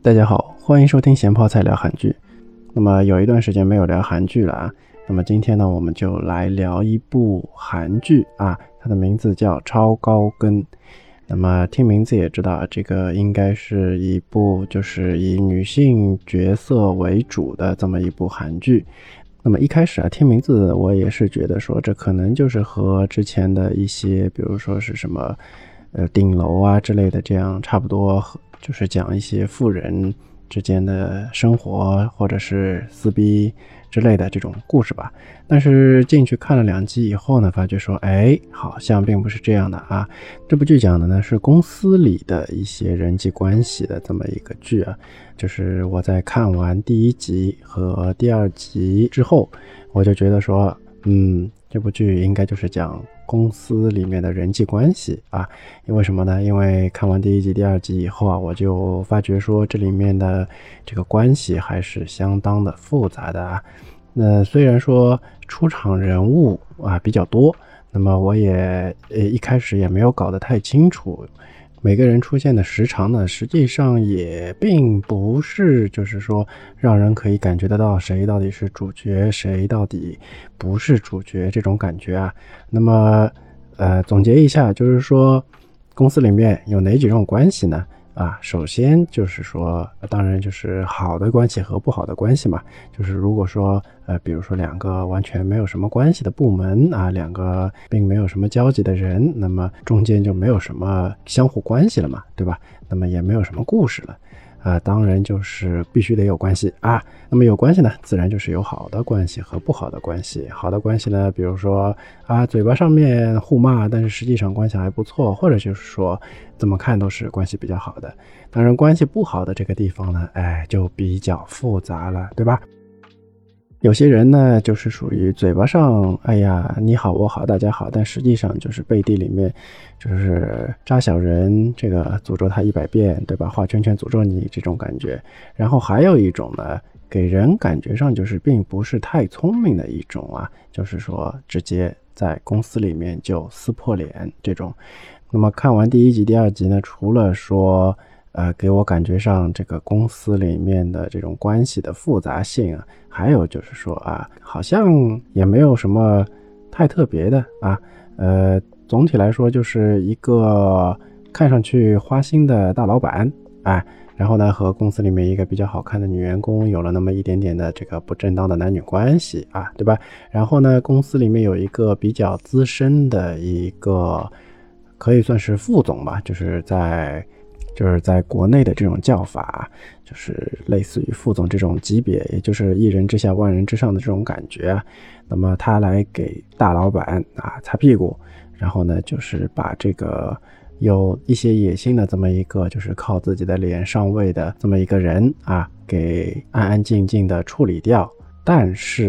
大家好，欢迎收听咸泡菜聊韩剧。那么有一段时间没有聊韩剧了啊，那么今天呢，我们就来聊一部韩剧啊，它的名字叫《超高跟》。那么听名字也知道，这个应该是一部就是以女性角色为主的这么一部韩剧。那么一开始啊，听名字我也是觉得说，这可能就是和之前的一些，比如说是什么顶楼啊之类的，这样差不多，就是讲一些富人之间的生活或者是撕逼之类的这种故事吧。但是进去看了2集以后呢，发觉说好像并不是这样的啊。这部剧讲的呢是公司里的一些人际关系的这么一个剧啊。就是我在看完第1集和第2集之后，我就觉得说这部剧应该就是讲公司里面的人际关系啊。因为什么呢？因为看完第1集第2集以后啊，我就发觉说这里面的这个关系还是相当的复杂的啊。那虽然说出场人物啊比较多，那么我也一开始也没有搞得太清楚，每个人出现的时长呢，实际上也并不是就是说让人可以感觉得到谁到底是主角，谁到底不是主角这种感觉啊。那么总结一下，就是说公司里面有哪几种关系呢？首先就是说，当然就是好的关系和不好的关系嘛。就是如果说比如说2个完全没有什么关系的部门啊，2个并没有什么交集的人，那么中间就没有什么相互关系了嘛，对吧？那么也没有什么故事了。当然就是必须得有关系啊。那么有关系呢，自然就是有好的关系和不好的关系。好的关系呢，比如说嘴巴上面互骂，但是实际上关系还不错，或者就是说怎么看都是关系比较好的。当然关系不好的这个地方呢，就比较复杂了，对吧？有些人呢就是属于嘴巴上你好我好大家好，但实际上就是背地里面就是扎小人，这个诅咒他100遍，对吧？画圈圈诅咒你这种感觉。然后还有一种呢，给人感觉上就是并不是太聪明的一种啊，就是说直接在公司里面就撕破脸这种。那么看完第1集第2集呢，除了说给我感觉上这个公司里面的这种关系的复杂性啊，还有就是说好像也没有什么太特别的啊。总体来说就是一个看上去花心的大老板然后呢和公司里面一个比较好看的女员工有了那么一点点的这个不正当的男女关系对吧？然后呢公司里面有一个比较资深的一个可以算是副总吧，就是在国内的这种叫法，就是类似于副总这种级别，也就是一人之下万人之上的这种感觉啊。那么他来给大老板擦屁股，然后呢就是把这个有一些野心的这么一个就是靠自己的脸上位的这么一个人给安安静静的处理掉。但是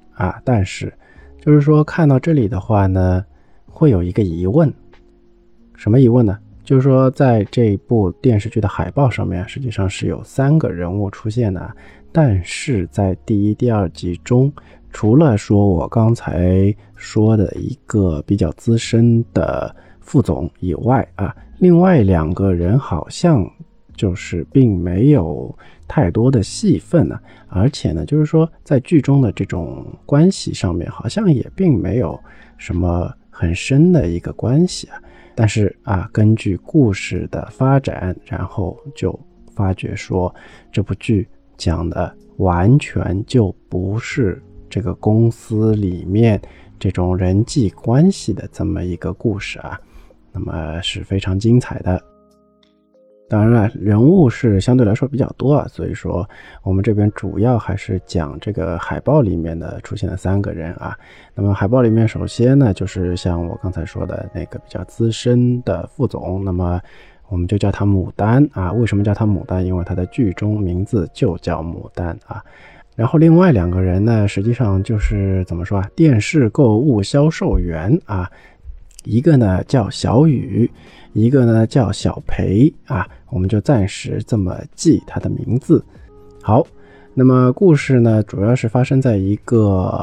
就是说看到这里的话呢，会有一个疑问。什么疑问呢？就是说在这部电视剧的海报上面实际上是有3个人物出现的，但是在第1、第2集中，除了说我刚才说的一个比较资深的副总以外另外2个人好像就是并没有太多的戏份而且呢就是说在剧中的这种关系上面好像也并没有什么很深的一个关系但是根据故事的发展，然后就发觉说这部剧讲的完全就不是这个公司里面这种人际关系的这么一个故事那么是非常精彩的。当然了，人物是相对来说比较多所以说我们这边主要还是讲这个海报里面的出现的3个人那么海报里面首先呢就是像我刚才说的那个比较资深的副总，那么我们就叫他牡丹为什么叫他牡丹？因为他的剧中名字就叫牡丹然后另外2个人呢实际上就是怎么说电视购物销售员一个呢叫小雨，一个呢叫小裴我们就暂时这么记他的名字。好，那么故事呢主要是发生在一个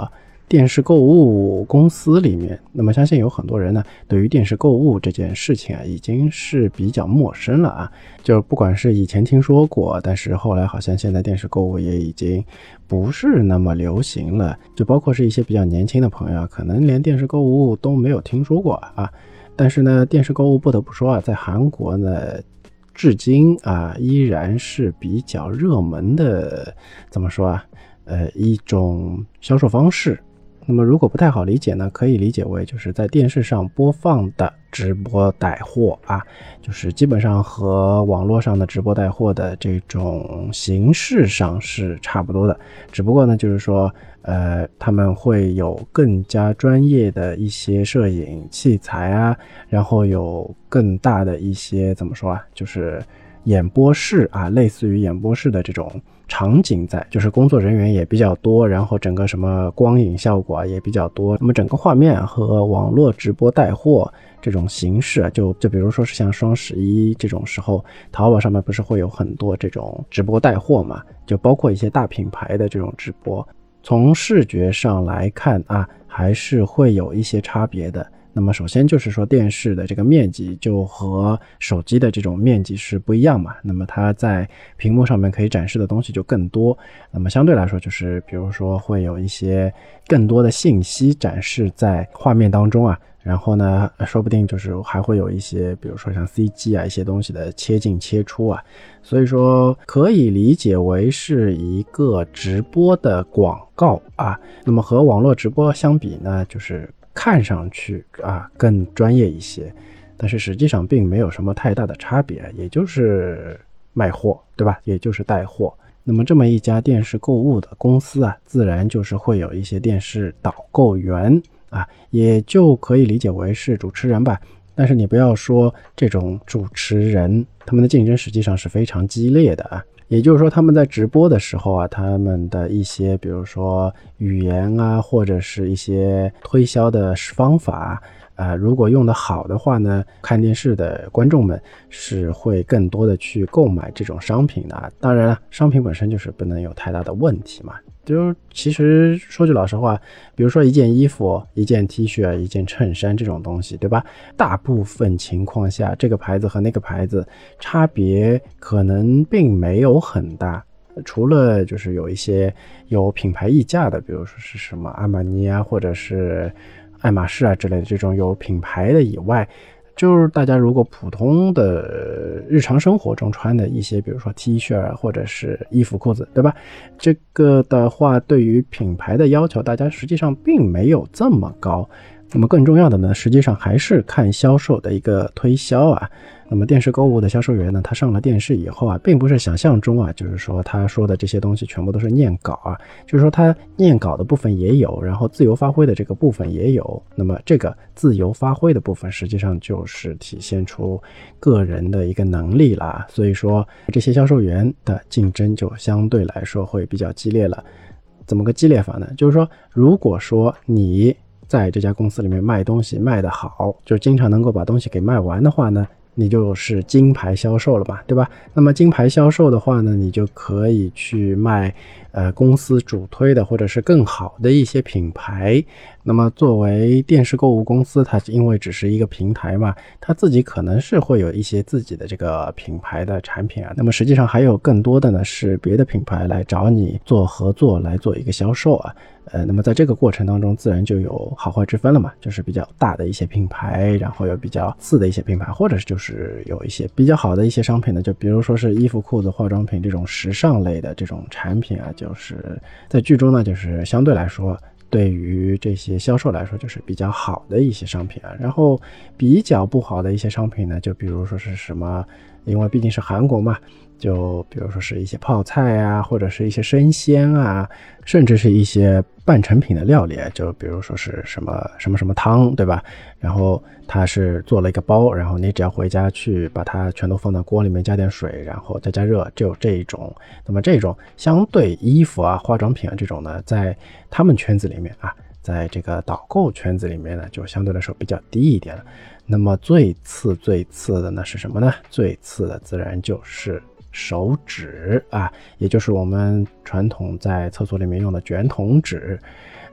电视购物公司里面。那么相信有很多人呢，对于电视购物这件事情啊，已经是比较陌生了啊。就不管是以前听说过，但是后来好像现在电视购物也已经不是那么流行了。就包括是一些比较年轻的朋友，可能连电视购物都没有听说过啊。但是呢，电视购物不得不说啊，在韩国呢，至今啊依然是比较热门的，怎么说啊？一种销售方式。那么如果不太好理解呢，可以理解为就是在电视上播放的直播带货啊，就是基本上和网络上的直播带货的这种形式上是差不多的，只不过呢就是说他们会有更加专业的一些摄影器材啊，然后有更大的一些怎么说啊，就是演播室啊，类似于演播室的这种场景在，就是工作人员也比较多，然后整个什么光影效果啊也比较多。那么整个画面和网络直播带货这种形式啊，就比如说是像双11这种时候，淘宝上面不是会有很多这种直播带货嘛，就包括一些大品牌的这种直播。从视觉上来看啊，还是会有一些差别的。那么首先就是说电视的这个面积就和手机的这种面积是不一样嘛，那么它在屏幕上面可以展示的东西就更多，那么相对来说就是比如说会有一些更多的信息展示在画面当中啊，然后呢说不定就是还会有一些比如说像 CG 啊一些东西的切进切出啊，所以说可以理解为是一个直播的广告啊。那么和网络直播相比呢，就是看上去啊更专业一些，但是实际上并没有什么太大的差别，也就是卖货，对吧？也就是带货。那么这么一家电视购物的公司啊，自然就是会有一些电视导购员啊，也就可以理解为是主持人吧。但是你不要说这种主持人，他们的竞争实际上是非常激烈的啊。也就是说他们在直播的时候啊，他们的一些比如说语言啊，或者是一些推销的方法如果用得好的话呢，看电视的观众们是会更多的去购买这种商品的。当然了，商品本身就是不能有太大的问题嘛。就其实说句老实话，比如说一件衣服、一件 T 恤、一件衬衫这种东西，对吧？大部分情况下，这个牌子和那个牌子差别可能并没有很大，除了就是有一些有品牌溢价的，比如说是什么阿玛尼啊，或者是爱马仕啊之类的这种有品牌的以外，就是大家如果普通的日常生活中穿的一些比如说 T 恤啊，或者是衣服裤子，对吧？这个的话对于品牌的要求大家实际上并没有这么高。那么更重要的呢，实际上还是看销售的一个推销啊。那么电视购物的销售员呢，他上了电视以后啊，并不是想象中啊，就是说他说的这些东西全部都是念稿啊，就是说他念稿的部分也有，然后自由发挥的这个部分也有。那么这个自由发挥的部分实际上就是体现出个人的一个能力啦，所以说这些销售员的竞争就相对来说会比较激烈了。怎么个激烈法呢？就是说如果说你在这家公司里面卖东西卖得好，就经常能够把东西给卖完的话呢，你就是金牌销售了嘛，对吧？那么金牌销售的话呢，你就可以去卖公司主推的或者是更好的一些品牌。那么作为电视购物公司，它因为只是一个平台嘛，它自己可能是会有一些自己的这个品牌的产品啊。那么实际上还有更多的呢是别的品牌来找你做合作来做一个销售啊。那么在这个过程当中自然就有好坏之分了嘛，就是比较大的一些品牌，然后有比较次的一些品牌，或者是就是有一些比较好的一些商品呢，就比如说是衣服裤子化妆品这种时尚类的这种产品啊，就是在剧中呢就是相对来说对于这些销售来说就是比较好的一些商品啊。然后比较不好的一些商品呢，就比如说是什么，因为毕竟是韩国嘛，就比如说是一些泡菜啊，或者是一些生鲜啊，甚至是一些半成品的料理，就比如说是什么什么什么汤，对吧？然后它是做了一个包，然后你只要回家去把它全都放到锅里面，加点水，然后再加热，就这一种。那么这种相对衣服啊、化妆品啊这种呢，在他们圈子里面啊，在这个导购圈子里面呢，就相对来说比较低一点了。那么最次的呢是什么呢？最次的自然就是手纸啊，也就是我们传统在厕所里面用的卷筒纸。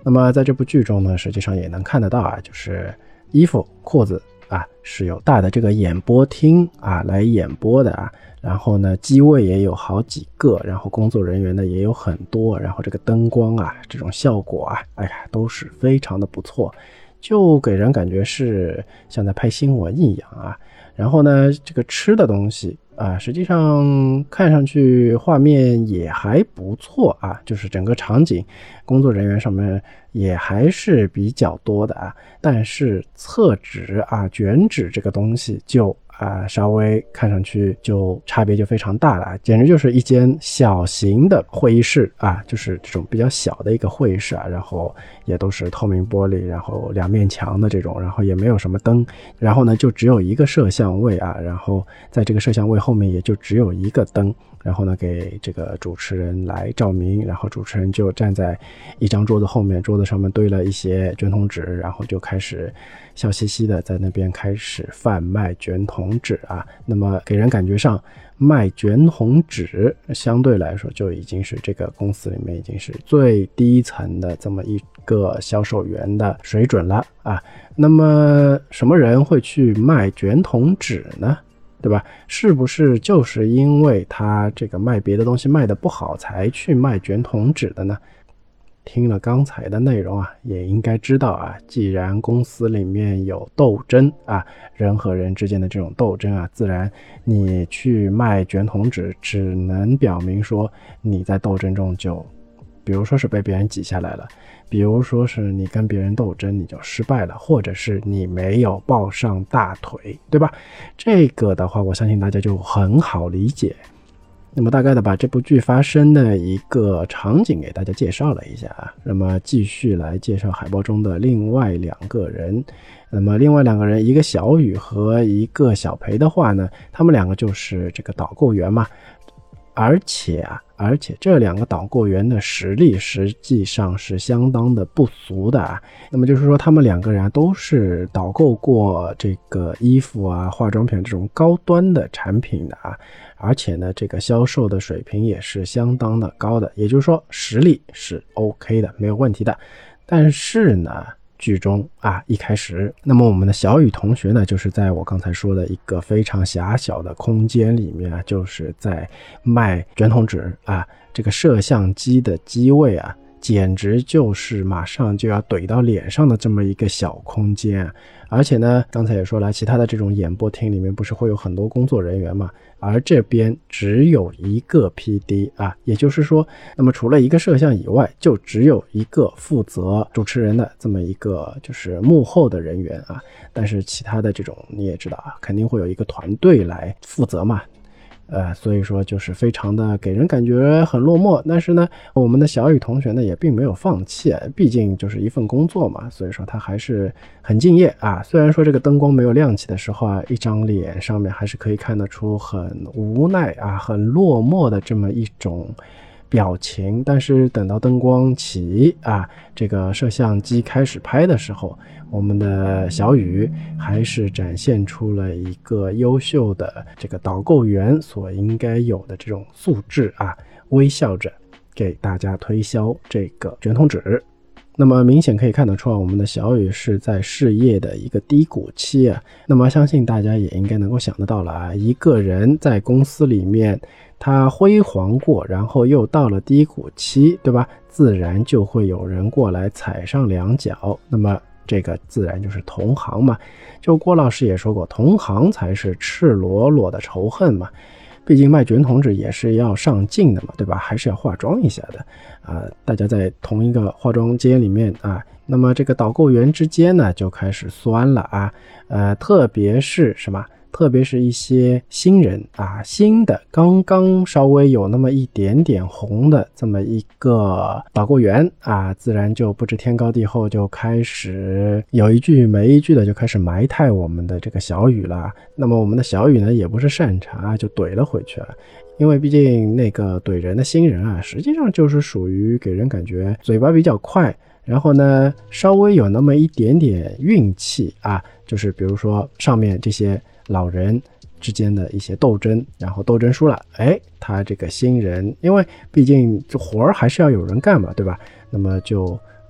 那么在这部剧中呢，实际上也能看得到啊，就是衣服裤子啊是有大的这个演播厅啊来演播的啊，然后呢机位也有好几个，然后工作人员呢也有很多，然后这个灯光啊这种效果啊，哎呀都是非常的不错，就给人感觉是像在拍新闻一样啊。然后呢这个吃的东西啊，实际上看上去画面也还不错啊，就是整个场景工作人员上面也还是比较多的啊，但是厕纸啊卷纸这个东西就稍微看上去就差别就非常大了，简直就是一间小型的会议室啊，就是这种比较小的一个会议室啊，然后也都是透明玻璃，然后两面墙的这种，然后也没有什么灯，然后呢就只有一个摄像位啊，然后在这个摄像位后面也就只有一个灯，然后呢给这个主持人来照明，然后主持人就站在一张桌子后面，桌子上面堆了一些卷筒纸，然后就开始笑嘻嘻的在那边开始贩卖卷筒纸啊。那么给人感觉上卖卷筒纸相对来说就已经是这个公司里面已经是最低层的这么一个销售员的水准了啊。那么什么人会去卖卷筒纸呢？对吧？是不是就是因为他这个卖别的东西卖得不好才去卖卷筒纸的呢？听了刚才的内容啊，也应该知道啊，既然公司里面有斗争啊，人和人之间的这种斗争啊，自然你去卖卷筒纸只能表明说你在斗争中就比如说是被别人挤下来了，比如说是你跟别人斗争你就失败了，或者是你没有抱上大腿，对吧？这个的话我相信大家就很好理解。那么大概的把这部剧发生的一个场景给大家介绍了一下啊，那么继续来介绍海报中的另外两个人。那么另外两个人，一个小雨和一个小裴的话呢，他们两个就是这个导购员嘛，而且这两个导购员的实力实际上是相当的不俗的啊。那么就是说他们两个人都是导购过这个衣服啊、化妆品这种高端的产品的啊，而且呢这个销售的水平也是相当的高的，也就是说实力是 OK 的，没有问题的。但是呢剧中啊一开始，那么我们的小雨同学呢就是在我刚才说的一个非常狭小的空间里面啊，就是在卖卷筒纸啊，这个摄像机的机位啊简直就是马上就要怼到脸上的这么一个小空间啊。而且呢刚才也说了，其他的这种演播厅里面不是会有很多工作人员嘛，而这边只有一个 PD 啊，也就是说那么除了一个摄像以外，就只有一个负责主持人的这么一个就是幕后的人员啊。但是其他的这种你也知道啊，肯定会有一个团队来负责嘛，所以说就是非常的给人感觉很落寞。但是呢我们的小雨同学呢也并没有放弃，毕竟就是一份工作嘛，所以说他还是很敬业啊。虽然说这个灯光没有亮起的时候啊，一张脸上面还是可以看得出很无奈啊、很落寞的这么一种表情，但是等到灯光起啊，这个摄像机开始拍的时候，我们的小雨还是展现出了一个优秀的这个导购员所应该有的这种素质啊，微笑着给大家推销这个卷筒纸。那么明显可以看得出我们的小雨是在事业的一个低谷期啊。那么相信大家也应该能够想得到了啊，一个人在公司里面他辉煌过，然后又到了低谷期，对吧？自然就会有人过来踩上两脚，那么这个自然就是同行嘛。就郭老师也说过，同行才是赤裸裸的仇恨嘛。毕竟卖卷筒纸也是要上镜的嘛，对吧？还是要化妆一下的啊。大家在同一个化妆间里面啊，那么这个导购员之间呢就开始酸了啊。特别是什么？特别是一些新人啊，新的刚刚稍微有那么一点点红的这么一个导购员啊，自然就不知天高地厚，就开始有一句没一句的就开始埋汰我们的这个小雨了。那么我们的小雨呢也不是善茬，就怼了回去了。因为毕竟那个怼人的新人啊，实际上就是属于给人感觉嘴巴比较快，然后呢稍微有那么一点点运气啊，就是比如说上面这些老人之间的一些斗争，然后斗争输了，他这个新人因为毕竟这活儿还是要有人干嘛，对吧？那么就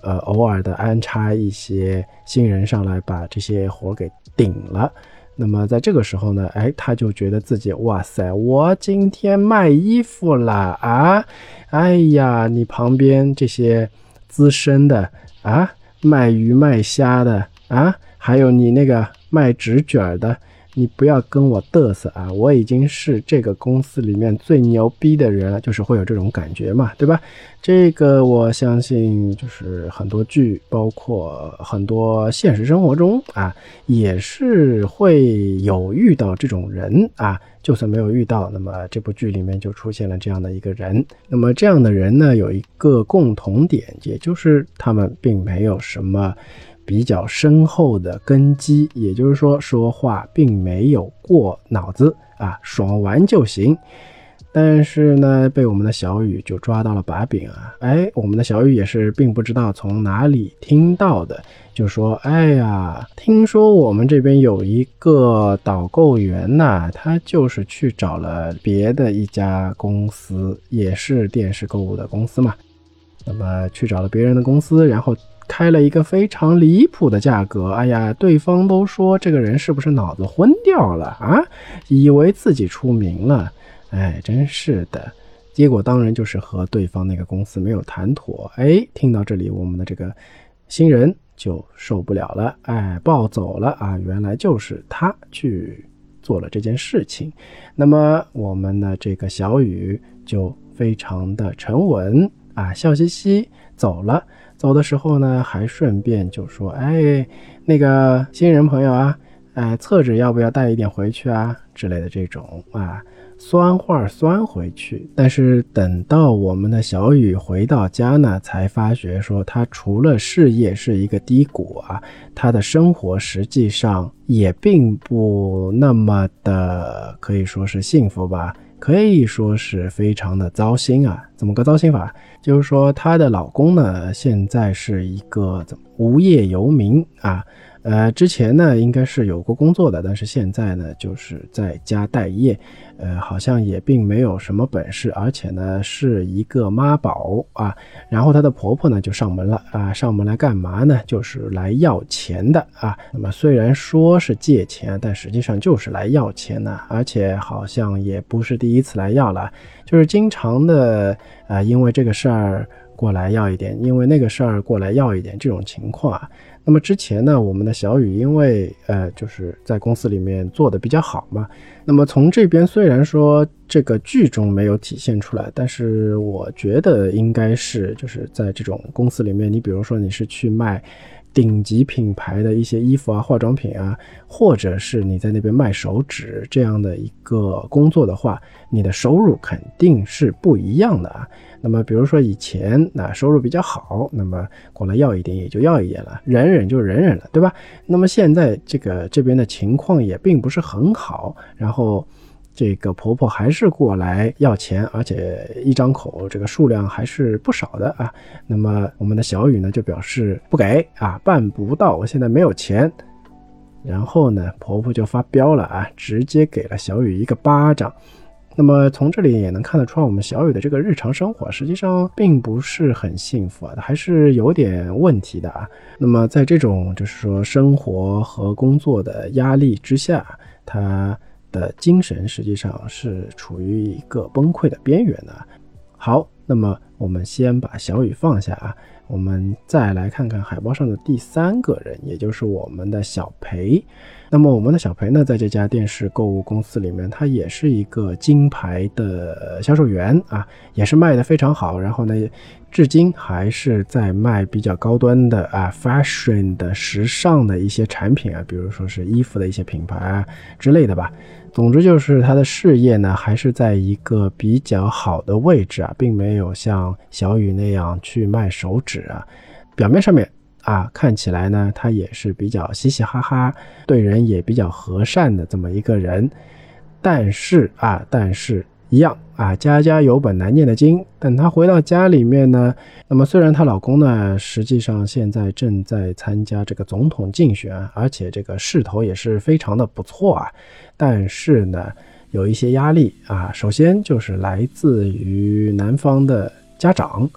偶尔的安插一些新人上来把这些活给顶了。那么在这个时候呢，他就觉得自己哇塞，我今天卖衣服了啊！哎呀，你旁边这些资深的啊，卖鱼卖虾的啊，还有你那个卖纸卷的，你不要跟我嘚瑟啊！我已经是这个公司里面最牛逼的人了，就是会有这种感觉嘛，对吧？这个我相信就是很多剧，包括很多现实生活中啊，也是会有遇到这种人啊。就算没有遇到，那么这部剧里面就出现了这样的一个人。那么这样的人呢，有一个共同点，也就是他们并没有什么比较深厚的根基，也就是说话并没有过脑子啊，爽玩就行。但是呢，被我们的小雨就抓到了把柄啊！我们的小雨也是并不知道从哪里听到的，就说：“哎呀，听说我们这边有一个导购员呐，他就是去找了别的一家公司，也是电视购物的公司嘛。那么去找了别人的公司，然后开了一个非常离谱的价格。哎呀，对方都说这个人是不是脑子昏掉了啊？以为自己出名了。”真是的，结果当然就是和对方那个公司没有谈妥。听到这里，我们的这个新人就受不了了，暴走了啊！原来就是他去做了这件事情。那么我们的这个小雨就非常的沉稳啊，笑嘻嘻走了。走的时候呢，还顺便就说：“那个新人朋友啊，厕纸要不要带一点回去啊？”之类的这种啊。酸话酸回去。但是等到我们的小雨回到家呢，才发觉说他除了事业是一个低谷啊，他的生活实际上也并不那么的可以说是幸福吧，可以说是非常的糟心啊。怎么个糟心法？就是说她的老公呢，现在是一个无业游民啊。之前呢应该是有过工作的，但是现在呢就是在家待业，好像也并没有什么本事，而且呢是一个妈宝啊。然后她的婆婆呢就上门了啊，上门来干嘛呢？就是来要钱的啊。那么虽然说是借钱，但实际上就是来要钱呢，而且好像也不是第一次来要了，就是经常的因为这个事儿过来要一点，因为那个事儿过来要一点，这种情况啊。那么之前呢，我们的小雨因为就是在公司里面做的比较好嘛，那么从这边虽然说这个剧中没有体现出来，但是我觉得应该是就是在这种公司里面，你比如说你是去卖顶级品牌的一些衣服啊、化妆品啊，或者是你在那边卖手纸这样的一个工作的话，你的收入肯定是不一样的啊。那么比如说以前收入比较好，那么过来要一点也就要一点了，忍忍就忍忍了，对吧？那么现在这边的情况也并不是很好，然后这个婆婆还是过来要钱，而且一张口这个数量还是不少的啊。那么我们的小雨呢就表示不给啊，办不到，我现在没有钱。然后呢婆婆就发飙了啊，直接给了小雨一个巴掌。那么从这里也能看得出来，我们小雨的这个日常生活实际上并不是很幸福啊，还是有点问题的啊。那么在这种就是说生活和工作的压力之下，他的精神实际上是处于一个崩溃的边缘的。好，那么我们先把小雨放下啊，我们再来看看海报上的第三个人，也就是我们的小裴。那么我们的小裴呢，在这家电视购物公司里面，他也是一个金牌的销售员啊，也是卖得非常好。然后呢，至今还是在卖比较高端的fashion 的时尚的一些产品啊，比如说是衣服的一些品牌啊之类的吧。总之就是他的事业呢，还是在一个比较好的位置啊，并没有像小雨那样去卖手纸啊。表面上面看起来呢，他也是比较嘻嘻哈哈，对人也比较和善的这么一个人。但是一样家家有本难念的经。等她回到家里面呢，那么虽然她老公呢实际上现在正在参加这个总统竞选，而且这个势头也是非常的不错啊，但是呢有一些压力首先就是来自于男方的家长。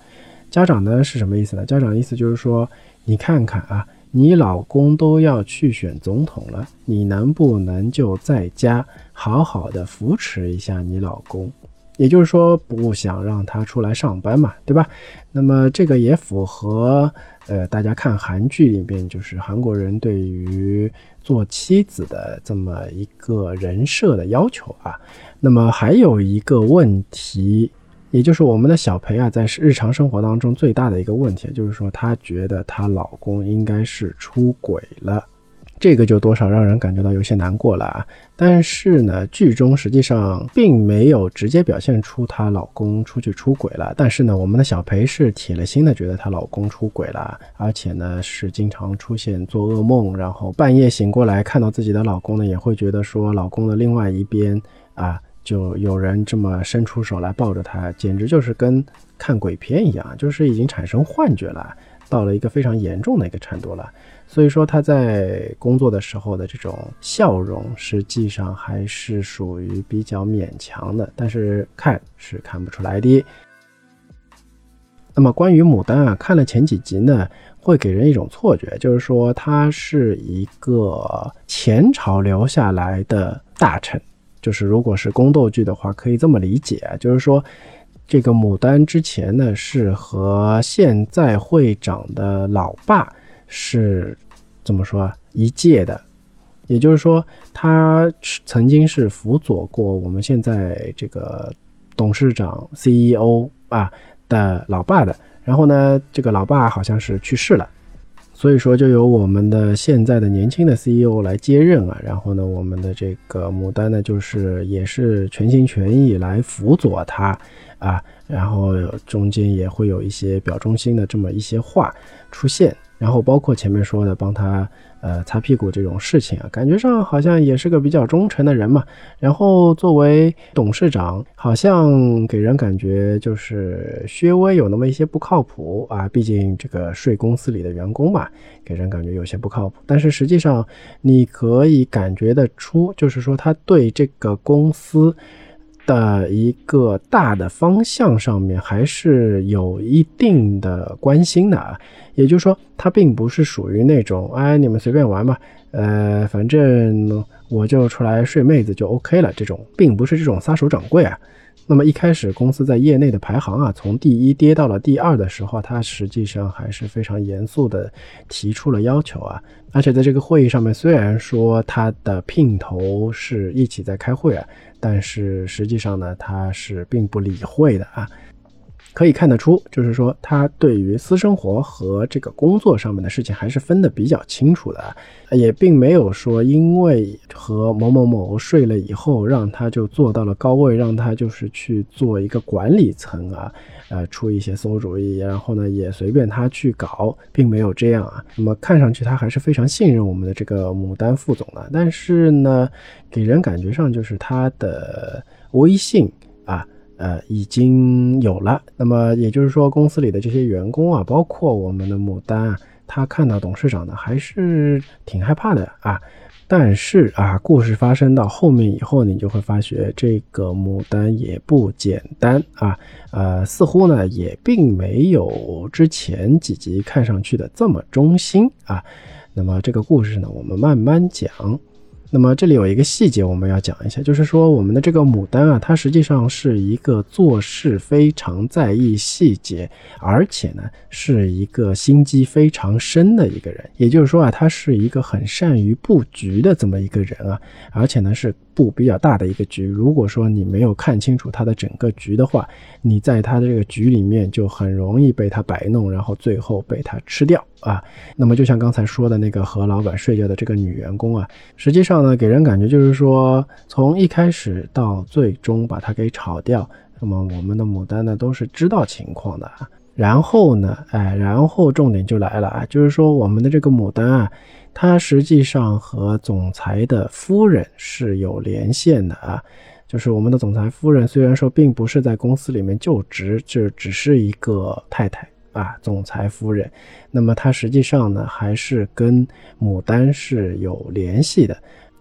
家长呢是什么意思呢？家长的意思就是说，你看看啊，你老公都要去选总统了，你能不能就在家好好的扶持一下你老公？也就是说，不想让他出来上班嘛，对吧？那么这个也符合大家看韩剧里边，就是韩国人对于做妻子的这么一个人设的要求啊。那么还有一个问题，也就是我们的小培啊，在日常生活当中最大的一个问题，就是说她觉得她老公应该是出轨了。这个就多少让人感觉到有些难过了啊。但是呢，剧中实际上并没有直接表现出她老公出去出轨了，但是呢，我们的小培是铁了心的觉得她老公出轨了，而且呢是经常出现做噩梦，然后半夜醒过来看到自己的老公呢，也会觉得说老公的另外一边啊，就有人这么伸出手来抱着她，简直就是跟看鬼片一样，就是已经产生幻觉了，到了一个非常严重的一个程度了。所以说他在工作的时候的这种笑容实际上还是属于比较勉强的，但是看是看不出来的。那么关于牡丹啊，看了前几集呢，会给人一种错觉，就是说他是一个前朝留下来的大臣，就是如果是宫斗剧的话可以这么理解，就是说这个牡丹之前呢是和现在会长的老爸是怎么说啊？一届的，也就是说，他曾经是辅佐过我们现在这个董事长 CEO 啊的老爸的。然后呢，这个老爸好像是去世了，所以说就由我们的现在的年轻的 CEO 来接任啊。然后呢，我们的这个牡丹呢，就是也是全心全意来辅佐他啊。然后中间也会有一些表忠心的这么一些话出现。然后包括前面说的帮他擦屁股这种事情啊，感觉上好像也是个比较忠诚的人嘛。然后作为董事长，好像给人感觉就是稍微有那么一些不靠谱啊，毕竟这个税公司里的员工嘛，给人感觉有些不靠谱。但是实际上你可以感觉得出，就是说他对这个公司的一个大的方向上面还是有一定的关心的啊。也就是说他并不是属于那种你们随便玩吧，反正我就出来睡妹子就 OK 了，这种并不是这种撒手掌柜啊。那么一开始公司在业内的排行啊，从第一跌到了第二的时候，他实际上还是非常严肃的提出了要求啊。而且在这个会议上面，虽然说他的姘头是一起在开会啊，但是实际上呢，他是并不理会的啊。可以看得出，就是说他对于私生活和这个工作上面的事情还是分得比较清楚的，也并没有说因为和某某某睡了以后让他就做到了高位，让他就是去做一个管理层啊，出一些馊主意，然后呢也随便他去搞，并没有这样啊。那么看上去他还是非常信任我们的这个牡丹副总的，但是呢给人感觉上就是他的威信啊已经有了。那么也就是说公司里的这些员工啊，包括我们的牡丹啊，他看到董事长呢还是挺害怕的啊。但是啊，故事发生到后面以后，你就会发觉这个牡丹也不简单啊，似乎呢也并没有之前几集看上去的这么忠心啊。那么这个故事呢，我们慢慢讲。那么这里有一个细节我们要讲一下，就是说我们的这个牡丹啊，它实际上是一个做事非常在意细节，而且呢是一个心机非常深的一个人。也就是说啊，他是一个很善于布局的这么一个人啊，而且呢是布比较大的一个局。如果说你没有看清楚他的整个局的话，你在他的这个局里面就很容易被他摆弄，然后最后被他吃掉啊。那么就像刚才说的那个和老板睡觉的这个女员工啊，实际上呢给人感觉就是说从一开始到最终把他给炒掉，那么我们的牡丹呢都是知道情况的啊。然后呢然后重点就来了啊，就是说我们的这个牡丹啊，他实际上和总裁的夫人是有连线的啊。就是我们的总裁夫人虽然说并不是在公司里面就职，就只是一个太太啊，总裁夫人，那么她实际上呢还是跟牡丹是有联系的。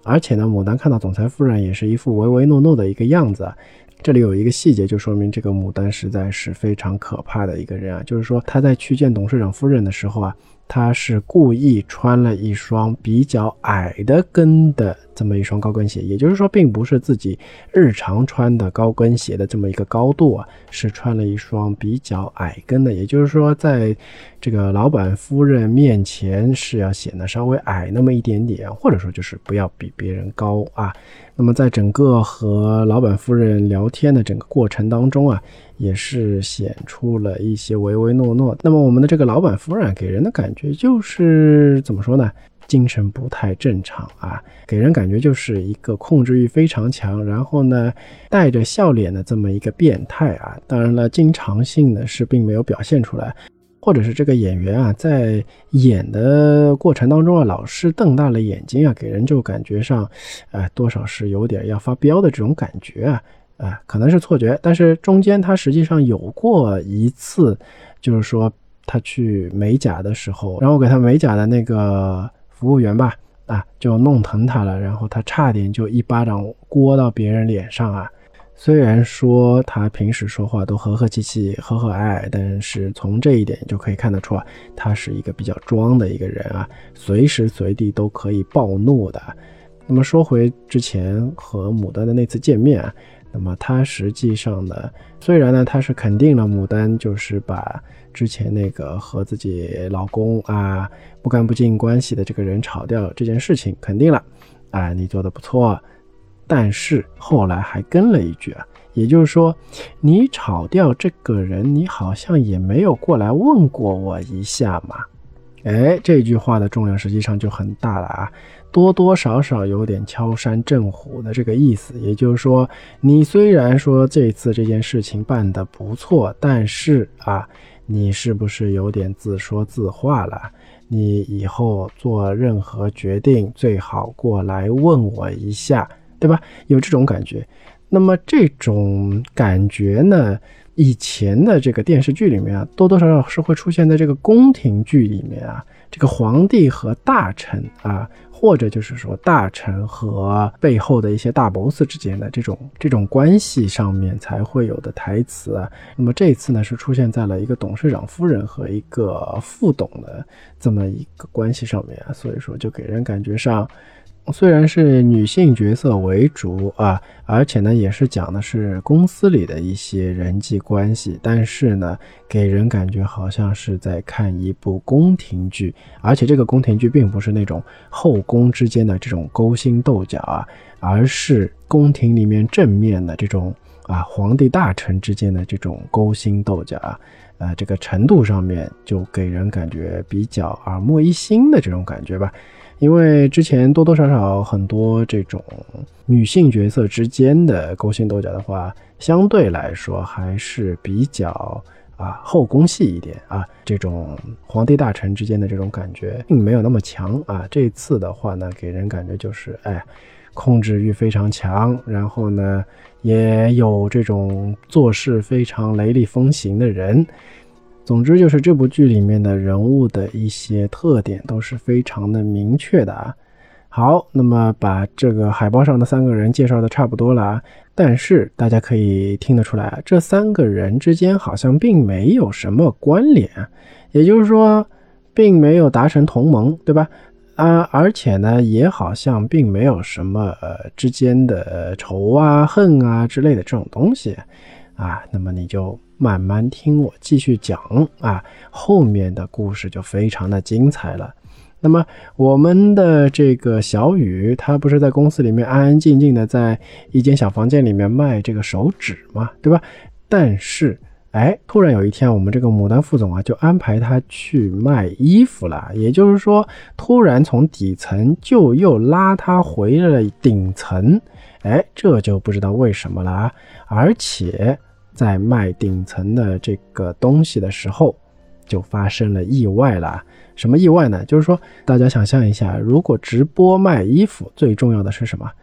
而且呢，牡丹看到总裁夫人也是一副唯唯诺诺的一个样子啊。这里有一个细节就说明这个牡丹实在是非常可怕的一个人啊，就是说他在去见董事长夫人的时候啊，他是故意穿了一双比较矮的跟的这么一双高跟鞋，也就是说并不是自己日常穿的高跟鞋的这么一个高度啊，是穿了一双比较矮跟的，也就是说在这个老板夫人面前是要显得稍微矮那么一点点，或者说就是不要比别人高啊。那么在整个和老板夫人聊天的整个过程当中啊，也是显出了一些唯唯诺诺。那么我们的这个老板夫人给人的感觉就是怎么说呢，精神不太正常啊，给人感觉就是一个控制欲非常强，然后呢带着笑脸的这么一个变态啊。当然了，经常性的是并没有表现出来，或者是这个演员啊在演的过程当中啊老是瞪大了眼睛啊，给人就感觉上多少是有点要发飙的这种感觉啊，可能是错觉，但是中间他实际上有过一次，就是说他去美甲的时候，然后给他美甲的那个服务员吧就弄疼他了，然后他差点就一巴掌掴到别人脸上啊。虽然说他平时说话都和和气气和和蔼蔼，但是从这一点就可以看得出他是一个比较装的一个人啊，随时随地都可以暴怒的。那么说回之前和牡丹的那次见面那么他实际上呢，虽然呢他是肯定了牡丹就是把之前那个和自己老公不干不净关系的这个人炒掉这件事情肯定了你做得不错，但是后来还跟了一句也就是说你炒掉这个人，你好像也没有过来问过我一下嘛。这句话的重量实际上就很大了多多少少有点敲山震虎的这个意思。也就是说你虽然说这次这件事情办得不错，但是你是不是有点自说自话了？你以后做任何决定最好过来问我一下，对吧？有这种感觉。那么这种感觉呢，以前的这个电视剧里面多多少少是会出现在这个宫廷剧里面这个皇帝和大臣或者就是说大臣和背后的一些大 boss 之间的这种关系上面才会有的台词那么这次呢是出现在了一个董事长夫人和一个副董的这么一个关系上面所以说就给人感觉上虽然是女性角色为主而且呢也是讲的是公司里的一些人际关系，但是呢给人感觉好像是在看一部宫廷剧，而且这个宫廷剧并不是那种后宫之间的这种勾心斗角而是宫廷里面正面的这种皇帝大臣之间的这种勾心斗角这个程度上面就给人感觉比较耳目一新的这种感觉吧。因为之前多多少少很多这种女性角色之间的勾心斗角的话，相对来说还是比较后宫戏一点这种皇帝大臣之间的这种感觉并没有那么强这次的话呢给人感觉就是控制欲非常强，然后呢也有这种做事非常雷厉风行的人。总之就是这部剧里面的人物的一些特点都是非常的明确的好，那么把这个海报上的3个人介绍的差不多了但是大家可以听得出来这3个人之间好像并没有什么关联也就是说并没有达成同盟，对吧？而且呢也好像并没有什么之间的仇恨之类的这种东西那么你就慢慢听我继续讲后面的故事就非常的精彩了。那么我们的这个小雨他不是在公司里面安安静静的在一间小房间里面卖这个手指嘛，对吧？但是突然有一天我们这个牡丹副总就安排他去卖衣服了，也就是说突然从底层就又拉他回了顶层这就不知道为什么了而且在卖顶层的这个东西的时候就发生了意外了。什么意外呢？就是说大家想象一下，如果直播卖衣服最重要的是什么？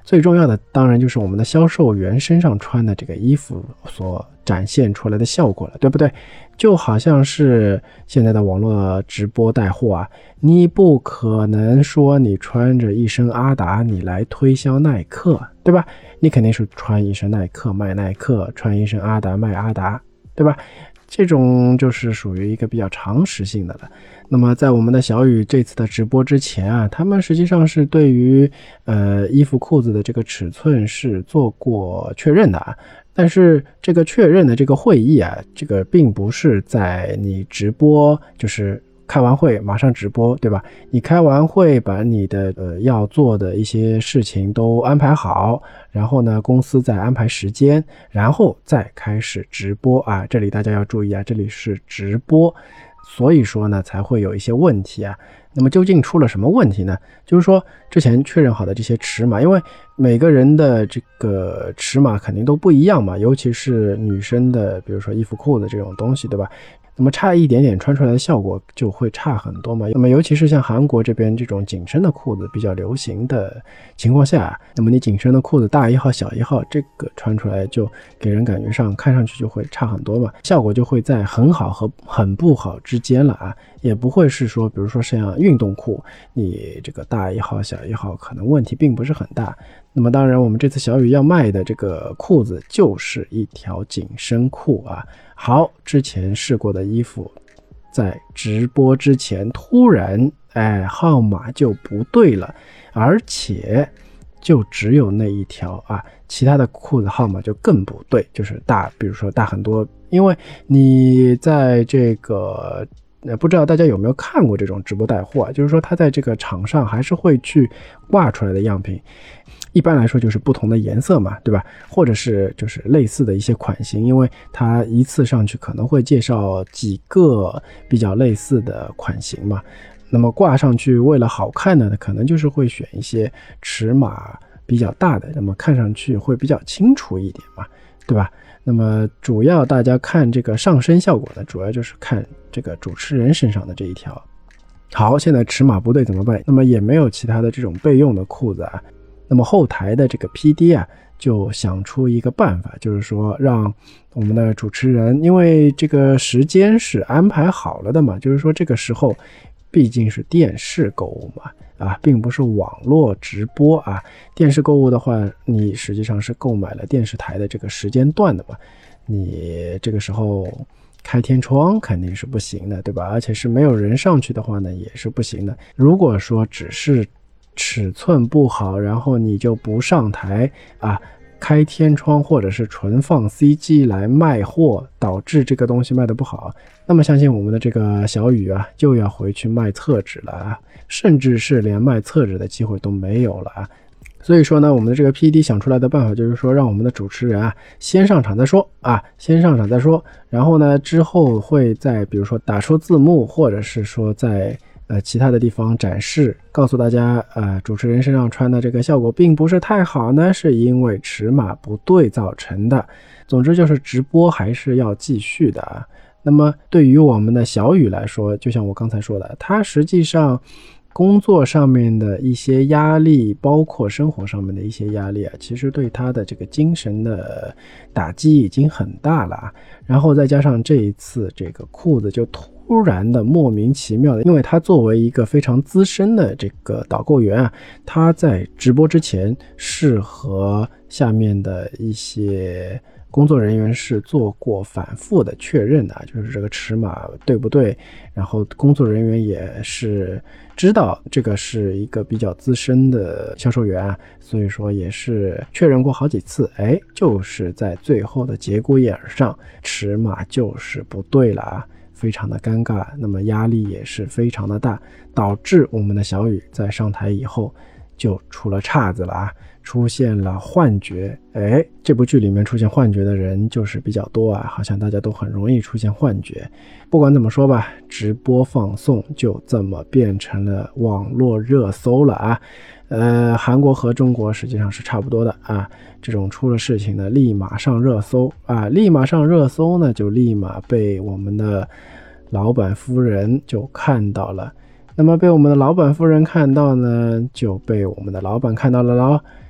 最重要的当然就是我们的销售员身上穿的这个衣服所展现出来的效果了，对不对？就好像是现在的网络直播带货啊，你不可能说你穿着一身阿达你来推销耐克，对吧？你肯定是穿一身耐克卖耐克，穿一身阿达卖阿达，对吧？这种就是属于一个比较常识性的了。那么在我们的小雨这次的直播之前啊，他们实际上是对于衣服裤子的这个尺寸是做过确认的啊。但是这个确认的这个会议啊，这个并不是在你直播，就是开完会马上直播，对吧？你开完会把你的要做的一些事情都安排好，然后呢公司再安排时间，然后再开始直播啊。这里大家要注意啊，这里是直播，所以说呢才会有一些问题啊。那么究竟出了什么问题呢？就是说之前确认好的这些尺码，因为每个人的这个尺码肯定都不一样嘛，尤其是女生的比如说衣服裤子这种东西，对吧？那么差一点点穿出来的效果就会差很多嘛。那么尤其是像韩国这边这种紧身的裤子比较流行的情况下，那么你紧身的裤子大一号小一号，这个穿出来就给人感觉上看上去就会差很多嘛，效果就会在很好和很不好之间了啊，也不会是说比如说像运动裤，你这个大一号小一号可能问题并不是很大。那么当然我们这次小雨要卖的这个裤子就是一条紧身裤啊。好，之前试过的衣服在直播之前突然号码就不对了，而且就只有那一条啊，其他的裤子号码就更不对，就是大，比如说大很多。因为你在这个不知道大家有没有看过这种直播带货啊，就是说他在这个场上还是会去挂出来的样品，一般来说就是不同的颜色嘛，对吧？或者是就是类似的一些款型，因为它一次上去可能会介绍几个比较类似的款型嘛。那么挂上去为了好看呢，可能就是会选一些尺码比较大的，那么看上去会比较清楚一点嘛，对吧？那么主要大家看这个上身效果呢，主要就是看这个主持人身上的这一条。好，现在尺码不对怎么办？那么也没有其他的这种备用的裤子啊。那么后台的这个 PD 啊，就想出一个办法，就是说让我们的主持人，因为这个时间是安排好了的嘛，就是说这个时候毕竟是电视购物嘛，啊，并不是网络直播啊。电视购物的话，你实际上是购买了电视台的这个时间段的嘛，你这个时候开天窗肯定是不行的，对吧？而且是没有人上去的话呢，也是不行的。如果说只是尺寸不好，然后你就不上台啊，开天窗或者是纯放 CG 来卖货，导致这个东西卖得不好，那么相信我们的这个小雨啊，就要回去卖厕纸了啊，甚至是连卖厕纸的机会都没有了啊。所以说呢，我们的这个 PD 想出来的办法就是说，让我们的主持人啊先上场再说啊，先上场再说，然后呢之后会在比如说打出字幕，或者是说在其他的地方展示，告诉大家主持人身上穿的这个效果并不是太好呢，是因为尺码不对造成的。总之就是直播还是要继续的啊。那么对于我们的小雨来说，就像我刚才说的，他实际上工作上面的一些压力，包括生活上面的一些压力啊，其实对他的这个精神的打击已经很大了啊。然后再加上这一次这个裤子就突然的莫名其妙的，因为他作为一个非常资深的这个导购员啊，他在直播之前是和下面的一些工作人员是做过反复的确认的，就是这个尺码对不对，然后工作人员也是知道这个是一个比较资深的销售员啊，所以说也是确认过好几次，就是在最后的节骨眼上尺码就是不对了啊，非常的尴尬，那么压力也是非常的大，导致我们的小雨在上台以后就出了岔子了啊，出现了幻觉。这部剧里面出现幻觉的人就是比较多啊，好像大家都很容易出现幻觉。不管怎么说吧，直播放送就这么变成了网络热搜了啊。韩国和中国实际上是差不多的啊，这种出了事情呢，立马上热搜啊，立马上热搜呢，就立马被我们的老板夫人就看到了。那么被我们的老板夫人看到呢，就被我们的老板看到了咯。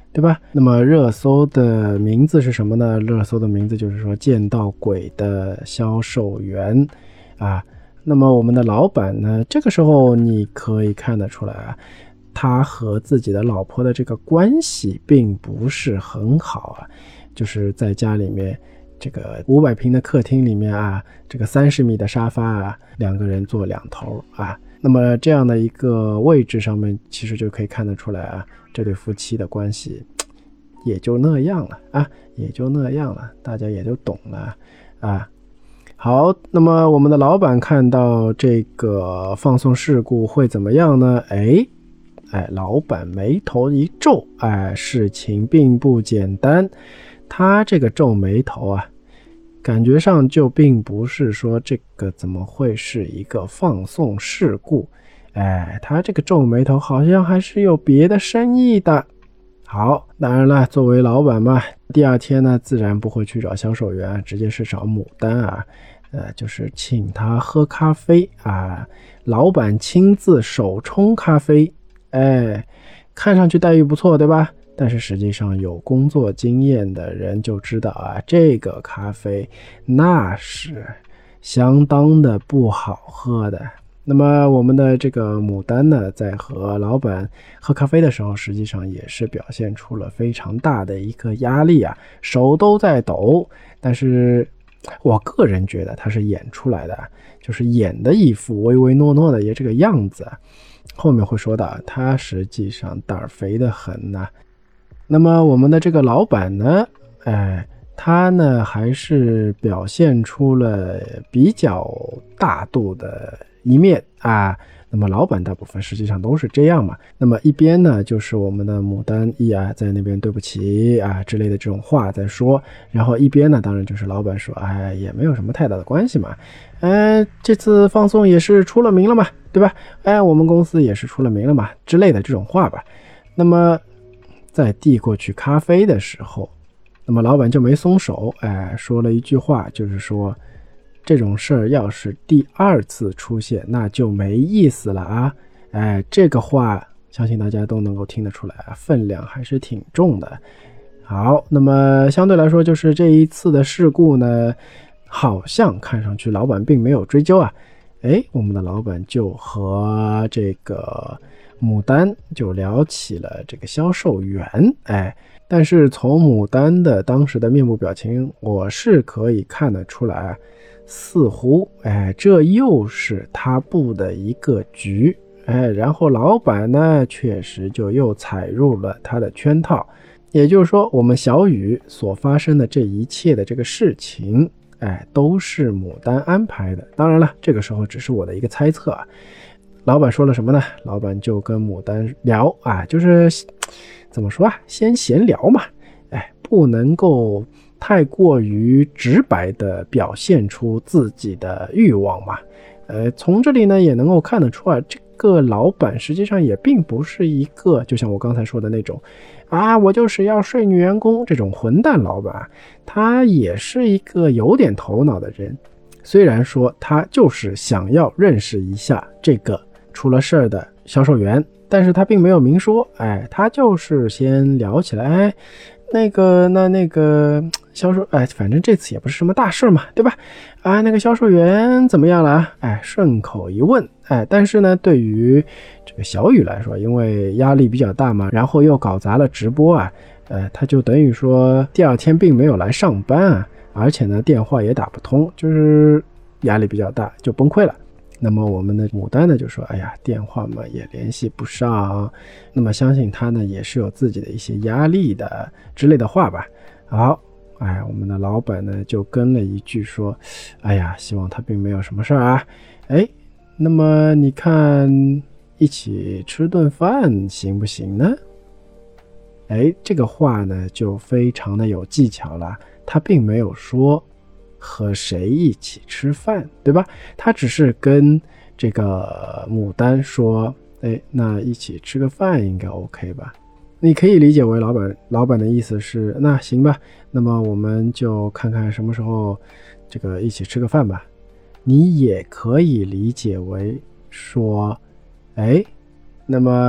对吧？那么热搜的名字是什么呢？热搜的名字就是说见到鬼的销售员啊。那么我们的老板呢，这个时候你可以看得出来啊，他和自己的老婆的这个关系并不是很好啊，就是在家里面这个500平的客厅里面啊，这个30米的沙发啊，2个人坐2头啊。那么这样的一个位置上面，其实就可以看得出来啊，这对夫妻的关系也就那样了啊，也就那样了，大家也就懂了啊。好，那么我们的老板看到这个放送事故会怎么样呢？老板眉头一皱，事情并不简单。他这个皱眉头啊，感觉上就并不是说这个怎么会是一个放送事故，他这个皱眉头好像还是有别的深意的。好，当然了，作为老板嘛，第二天呢，自然不会去找销售员，直接是找牡丹啊，就是请他喝咖啡啊，老板亲自手冲咖啡，看上去待遇不错，对吧？但是实际上有工作经验的人就知道啊，这个咖啡那是相当的不好喝的。那么我们的这个牡丹呢，在和老板喝咖啡的时候，实际上也是表现出了非常大的一个压力啊，手都在抖。但是我个人觉得他是演出来的，就是演的一副唯唯诺诺的这个样子。后面会说到，他实际上胆儿肥得很呐。那么我们的这个老板呢，他呢还是表现出了比较大度的一面啊。那么老板大部分实际上都是这样嘛。那么一边呢就是我们的牡丹一啊在那边对不起啊之类的这种话在说，然后一边呢当然就是老板说也没有什么太大的关系嘛，这次放送也是出了名了嘛，对吧？我们公司也是出了名了嘛之类的这种话吧。那么在递过去咖啡的时候，那么老板就没松手，说了一句话，就是说这种事儿要是第2次出现，那就没意思了啊！这个话相信大家都能够听得出来啊，分量还是挺重的。好，那么相对来说，就是这一次的事故呢，好像看上去老板并没有追究啊。我们的老板就和这个牡丹就聊起了这个销售员，但是从牡丹的当时的面部表情，我是可以看得出来，似乎这又是他布的一个局，然后老板呢确实就又踩入了他的圈套。也就是说，我们小雨所发生的这一切的这个事情，都是牡丹安排的。当然了，这个时候只是我的一个猜测啊。老板说了什么呢？老板就跟牡丹聊啊，就是怎么说啊，先闲聊嘛，不能够太过于直白的表现出自己的欲望嘛。从这里呢也能够看得出啊，这个老板实际上也并不是一个就像我刚才说的那种我就是要睡女员工这种混蛋老板，他也是一个有点头脑的人。虽然说他就是想要认识一下这个出了事儿的销售员，但是他并没有明说，他就是先聊起来，那个销售，反正这次也不是什么大事嘛，对吧？那个销售员怎么样了？顺口一问，但是呢，对于这个小雨来说，因为压力比较大嘛，然后又搞砸了直播他就等于说第2天并没有来上班而且呢电话也打不通，就是压力比较大，就崩溃了。那么我们的牡丹呢就说，电话嘛也联系不上，那么相信他呢也是有自己的一些压力的之类的话吧。好，我们的老板呢就跟了一句说，希望他并没有什么事儿啊。那么你看一起吃顿饭行不行呢？这个话呢就非常的有技巧了，他并没有说和谁一起吃饭，对吧？他只是跟这个牡丹说，那一起吃个饭应该 OK 吧？你可以理解为老板的意思是，那行吧，那么我们就看看什么时候这个一起吃个饭吧。你也可以理解为说，那么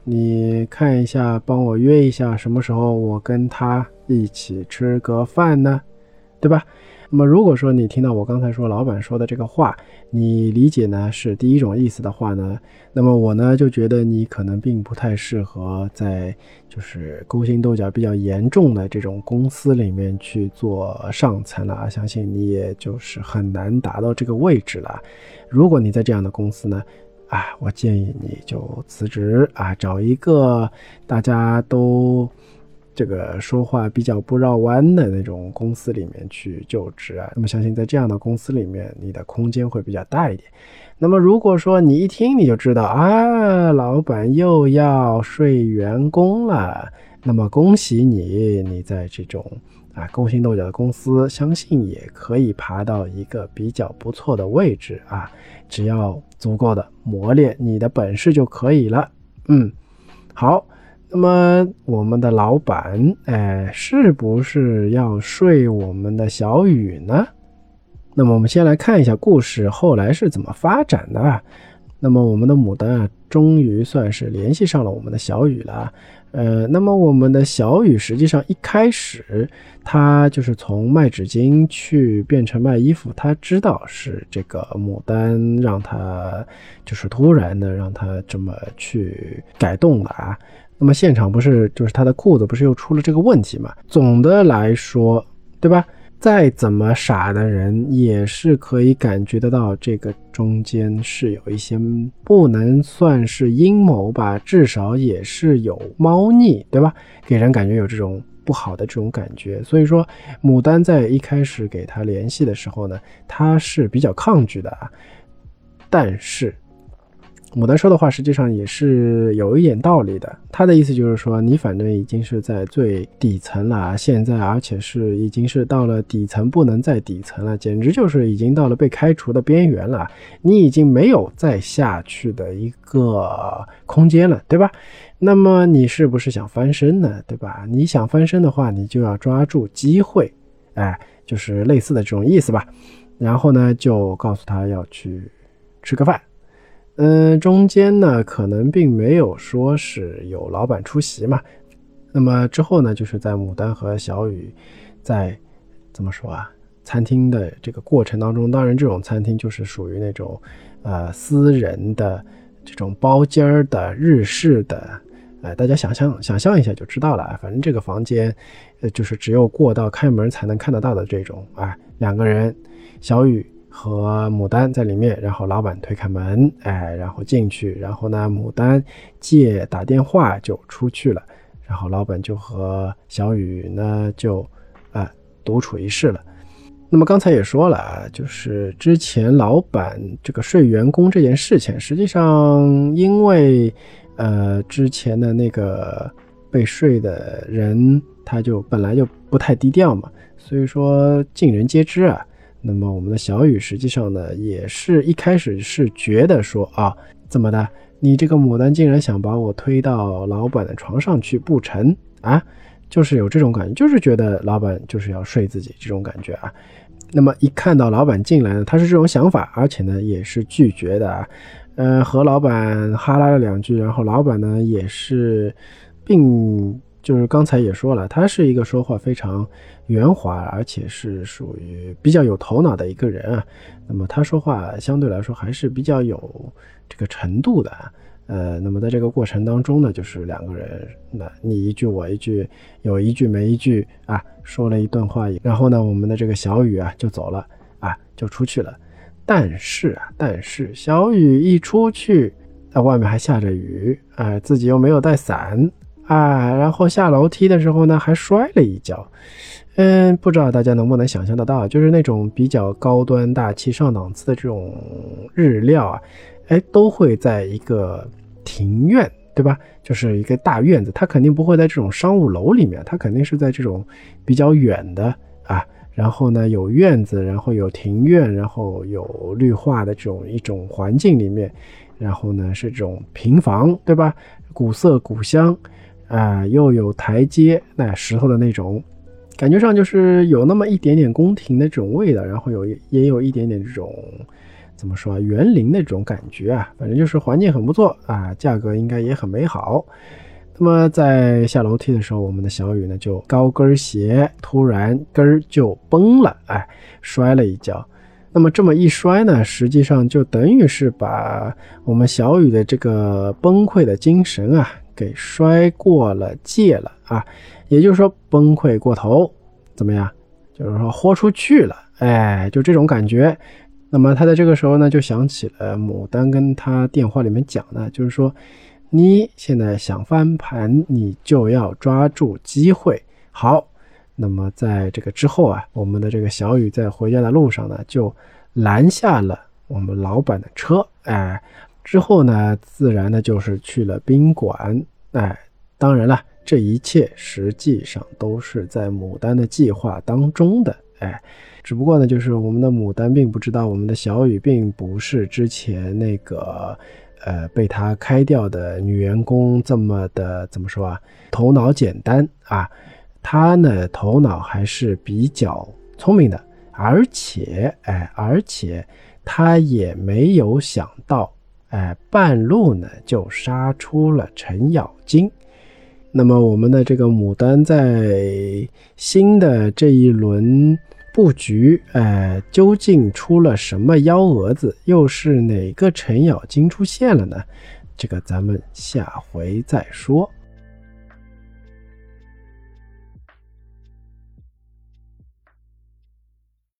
你看一下，帮我约一下什么时候我跟他一起吃个饭呢？对吧？那么如果说你听到我刚才说老板说的这个话，你理解呢是第一种意思的话呢，那么我呢就觉得你可能并不太适合在就是勾心斗角比较严重的这种公司里面去做上层了，相信你也就是很难达到这个位置了。如果你在这样的公司呢，我建议你就辞职找一个大家都这个说话比较不绕弯的那种公司里面去就职那么相信在这样的公司里面，你的空间会比较大一点。那么如果说你一听你就知道老板又要睡员工了，那么恭喜你，你在这种勾心斗角的公司，相信也可以爬到一个比较不错的位置只要足够的磨练你的本事就可以了。好。那么我们的老板是不是要睡我们的小雨呢？那么我们先来看一下故事后来是怎么发展的那么我们的牡丹终于算是联系上了我们的小雨了。那么我们的小雨实际上一开始他就是从卖纸巾去变成卖衣服，他知道是这个牡丹让他就是突然的让他这么去改动的那么现场不是就是他的裤子不是又出了这个问题嘛？总的来说，对吧？再怎么傻的人也是可以感觉得到这个中间是有一些不能算是阴谋吧，至少也是有猫腻，对吧？给人感觉有这种不好的这种感觉。所以说牡丹在一开始给他联系的时候呢，他是比较抗拒的但是牡丹说的话实际上也是有一点道理的，他的意思就是说你反正已经是在最底层了现在而且是已经是到了底层不能再底层了，简直就是已经到了被开除的边缘了，你已经没有再下去的一个空间了，对吧？那么你是不是想翻身呢？对吧？你想翻身的话，你就要抓住机会就是类似的这种意思吧。然后呢就告诉他要去吃个饭中间呢可能并没有说是有老板出席嘛，那么之后呢就是在牡丹和小雨在怎么说餐厅的这个过程当中，当然这种餐厅就是属于那种私人的这种包间的日式的大家想象一下就知道了反正这个房间就是只有过道开门才能看得到的这种两个人小雨和牡丹在里面，然后老板推开门然后进去，然后呢牡丹打电话就出去了，然后老板就和小雨呢就独处一室了。那么刚才也说了就是之前老板这个睡员工这件事情，实际上因为之前的那个被睡的人他就本来就不太低调嘛，所以说尽人皆知那么我们的小雨实际上呢也是一开始是觉得说怎么的，你这个牡丹竟然想把我推到老板的床上去不成就是有这种感觉，就是觉得老板就是要睡自己这种感觉那么一看到老板进来呢，他是这种想法，而且呢也是拒绝的和老板哈拉了两句，然后老板呢也是就是刚才也说了，他是一个说话非常圆滑，而且是属于比较有头脑的一个人那么他说话相对来说还是比较有这个程度的那么在这个过程当中呢，就是两个人你一句我一句，有一句没一句说了一段话，然后呢我们的这个小雨就走了就出去了。但是小雨一出去外面还下着雨自己又没有带伞然后下楼梯的时候呢还摔了一跤不知道大家能不能想象得到，就是那种比较高端大气上档次的这种日料都会在一个庭院，对吧？就是一个大院子，它肯定不会在这种商务楼里面，它肯定是在这种比较远的然后呢有院子，然后有庭院，然后有绿化的一种环境里面，然后呢是这种平房，对吧？古色古香又有台阶石头的那种，感觉上就是有那么一点点宫廷的这种味道，然后也有一点点这种怎么说啊，园林的这种感觉啊，反正就是环境很不错啊，价格应该也很美好。那么在下楼梯的时候，我们的小雨呢就高跟鞋突然跟儿就崩了，摔了一跤。那么这么一摔呢，实际上就等于是把我们小雨的这个崩溃的精神啊给摔过了界了啊，也就是说崩溃过头，怎么样？就是说豁出去了，就这种感觉。那么他在这个时候呢，就想起了牡丹跟他电话里面讲的，就是说你现在想翻盘，你就要抓住机会。好，那么在这个之后啊，我们的这个小雨在回家的路上呢，就拦下了我们老板的车，之后呢，自然呢就是去了宾馆，当然了，这一切实际上都是在牡丹的计划当中的，只不过呢，就是我们的牡丹并不知道，我们的小雨并不是之前那个被他开掉的女员工这么的怎么说啊，头脑简单啊，他呢头脑还是比较聪明的，而且他也没有想到，半路呢就杀出了程咬金。那么我们的这个牡丹在新的这一轮布局，究竟出了什么幺蛾子，又是哪个程咬金出现了呢？这个咱们下回再说。